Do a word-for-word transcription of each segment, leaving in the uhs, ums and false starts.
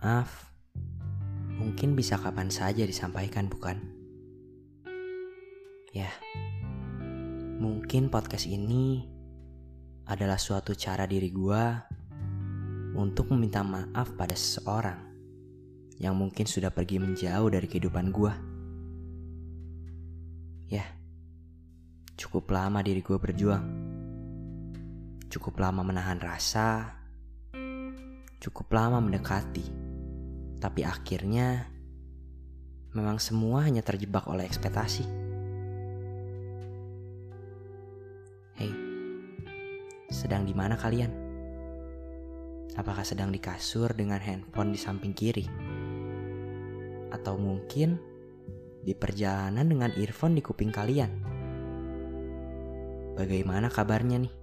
maaf mungkin bisa kapan saja disampaikan, bukan? Ya, mungkin podcast ini adalah suatu cara diri gua untuk meminta maaf pada seseorang yang mungkin sudah pergi menjauh dari kehidupan gua. Ya, cukup lama diri gua berjuang. Cukup lama menahan rasa. Cukup lama mendekati. Tapi akhirnya memang semua hanya terjebak oleh ekspektasi. Hei, sedang di mana kalian? Apakah sedang di kasur dengan handphone di samping kiri? Atau mungkin di perjalanan dengan earphone di kuping kalian? Bagaimana kabarnya nih?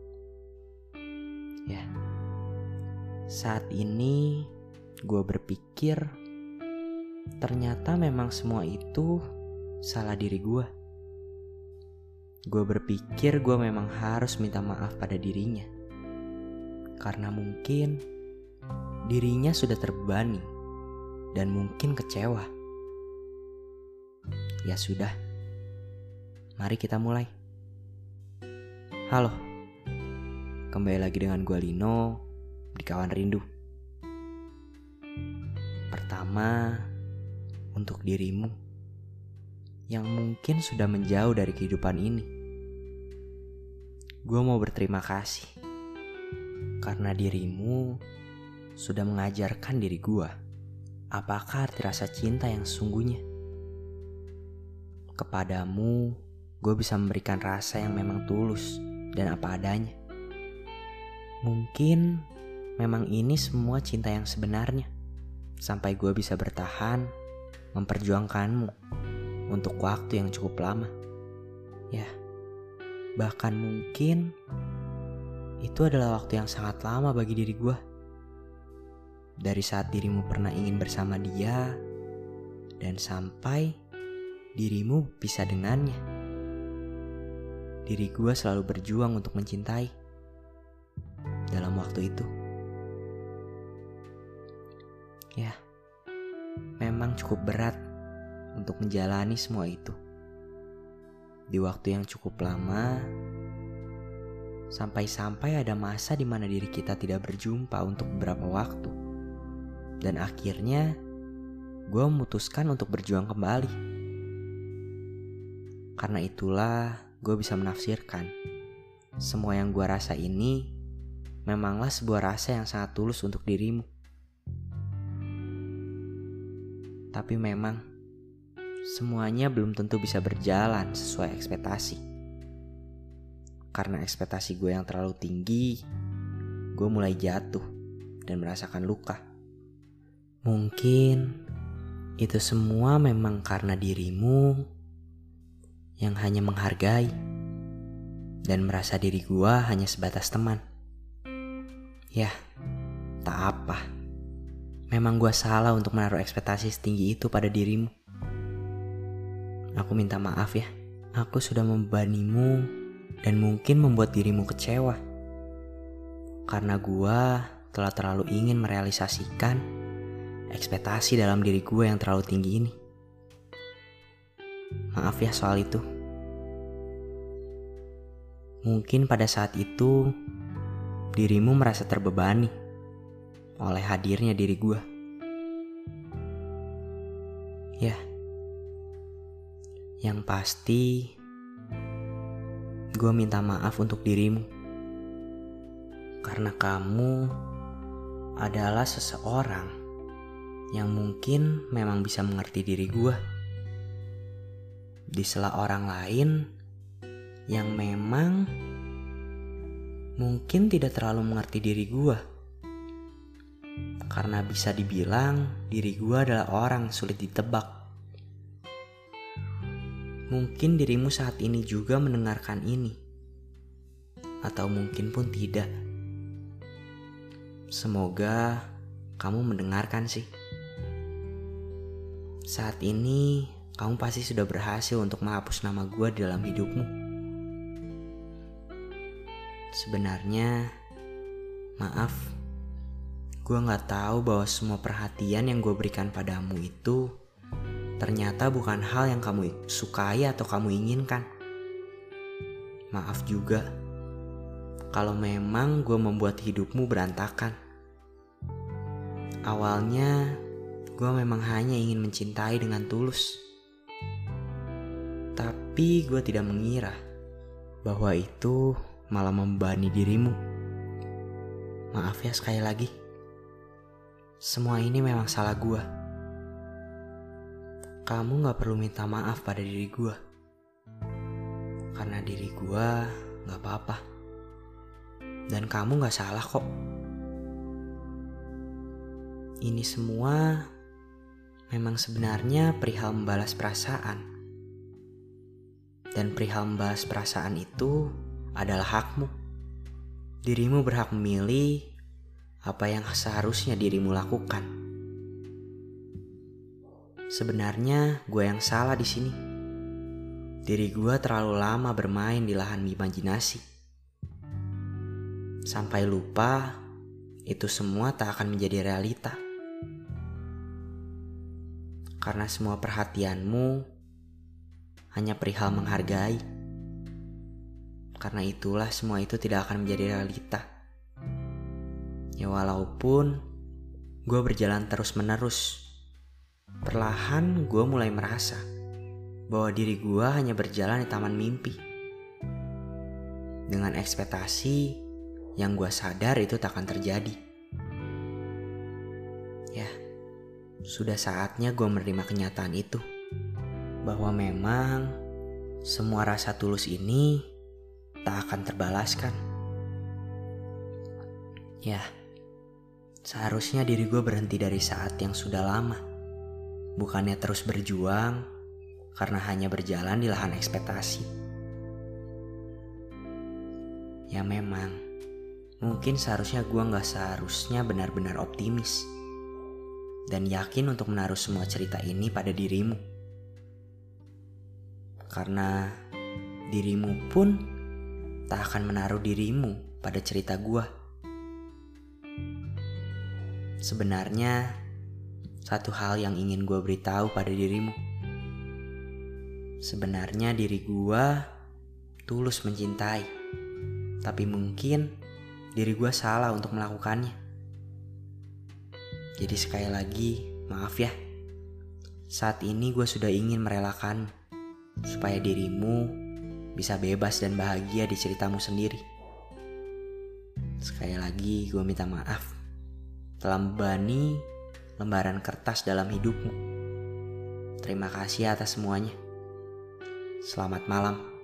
Ya, saat ini gue berpikir ternyata memang semua itu salah diri gue. Gue berpikir gue memang harus minta maaf pada dirinya, karena mungkin dirinya sudah terbebani dan mungkin kecewa. Ya sudah, mari kita mulai. Halo, kembali lagi dengan gue Lino di Kawan Rindu. Pertama, untuk dirimu yang mungkin sudah menjauh dari kehidupan ini, gue mau berterima kasih karena dirimu sudah mengajarkan diri gue apakah arti rasa cinta yang sesungguhnya. Kepadamu, gue bisa memberikan rasa yang memang tulus dan apa adanya. Mungkin memang ini semua cinta yang sebenarnya, sampai gue bisa bertahan memperjuangkanmu untuk waktu yang cukup lama. Ya, bahkan mungkin itu adalah waktu yang sangat lama bagi diri gue. Dari saat dirimu pernah ingin bersama dia, dan sampai dirimu bisa dengannya. Diri gue selalu berjuang untuk mencintai dalam waktu itu. Ya, memang cukup berat untuk menjalani semua itu di waktu yang cukup lama, sampai-sampai ada masa di mana diri kita tidak berjumpa untuk beberapa waktu. Dan akhirnya gue memutuskan untuk berjuang kembali. Karena itulah gue bisa menafsirkan semua yang gue rasa ini memanglah sebuah rasa yang sangat tulus untuk dirimu. Tapi memang semuanya belum tentu bisa berjalan sesuai ekspektasi. Karena ekspektasi gue yang terlalu tinggi, gue mulai jatuh dan merasakan luka. Mungkin itu semua memang karena dirimu yang hanya menghargai dan merasa diri gue hanya sebatas teman. Ya, tak apa. Memang gue salah untuk menaruh ekspektasi setinggi itu pada dirimu. Aku minta maaf ya. Aku sudah membebanimu dan mungkin membuat dirimu kecewa. Karena gue telah terlalu ingin merealisasikan ekspektasi dalam diri gue yang terlalu tinggi ini. Maaf ya soal itu. Mungkin pada saat itu dirimu merasa terbebani oleh hadirnya diri gue. Ya, yang pasti gue minta maaf untuk dirimu, karena kamu adalah seseorang yang mungkin memang bisa mengerti diri gue di sela orang lain yang memang mungkin tidak terlalu mengerti diri gue. Karena bisa dibilang diri gue adalah orang sulit ditebak. Mungkin dirimu saat ini juga mendengarkan ini, atau mungkin pun tidak. Semoga kamu mendengarkan sih. Saat ini kamu pasti sudah berhasil untuk menghapus nama gue di dalam hidupmu. Sebenarnya, maaf, Gue gak tahu bahwa semua perhatian yang gue berikan padamu itu ternyata bukan hal yang kamu sukai atau kamu inginkan. Maaf juga kalau memang gue membuat hidupmu berantakan. Awalnya gue memang hanya ingin mencintai dengan tulus. Tapi gue tidak mengira bahwa itu malah membebani dirimu. Maaf ya sekali lagi. Semua ini memang salah gue. Kamu gak perlu minta maaf pada diri gue. Karena diri gue gak apa-apa. Dan kamu gak salah kok. Ini semua memang sebenarnya perihal membalas perasaan. Dan perihal membalas perasaan itu adalah hakmu. Dirimu berhak memilih apa yang seharusnya dirimu lakukan. Sebenarnya gue yang salah di sini. Diri gue terlalu lama bermain di lahan imajinasi. Sampai lupa itu semua tak akan menjadi realita. Karena semua perhatianmu hanya perihal menghargai. Karena itulah semua itu tidak akan menjadi realita. Ya walaupun gue berjalan terus menerus, perlahan gue mulai merasa bahwa diri gue hanya berjalan di taman mimpi. Dengan ekspektasi yang gue sadar itu tak akan terjadi. Ya, sudah saatnya gue menerima kenyataan itu. Bahwa memang semua rasa tulus ini tak akan terbalaskan. Ya, seharusnya diri gue berhenti dari saat yang sudah lama. Bukannya terus berjuang karena hanya berjalan di lahan ekspektasi. Ya memang, mungkin seharusnya gue gak seharusnya benar-benar optimis dan yakin untuk menaruh semua cerita ini pada dirimu. Karena dirimu pun tak akan menaruh dirimu pada cerita gue. Sebenarnya satu hal yang ingin gue beritahu pada dirimu. Sebenarnya diri gue tulus mencintai. Tapi mungkin diri gue salah untuk melakukannya. Jadi sekali lagi maaf ya. Saat ini gue sudah ingin merelakan supaya dirimu bisa bebas dan bahagia di ceritamu sendiri. Sekali lagi gue minta maaf telah membebani lembaran kertas dalam hidupmu. Terima kasih atas semuanya. Selamat malam.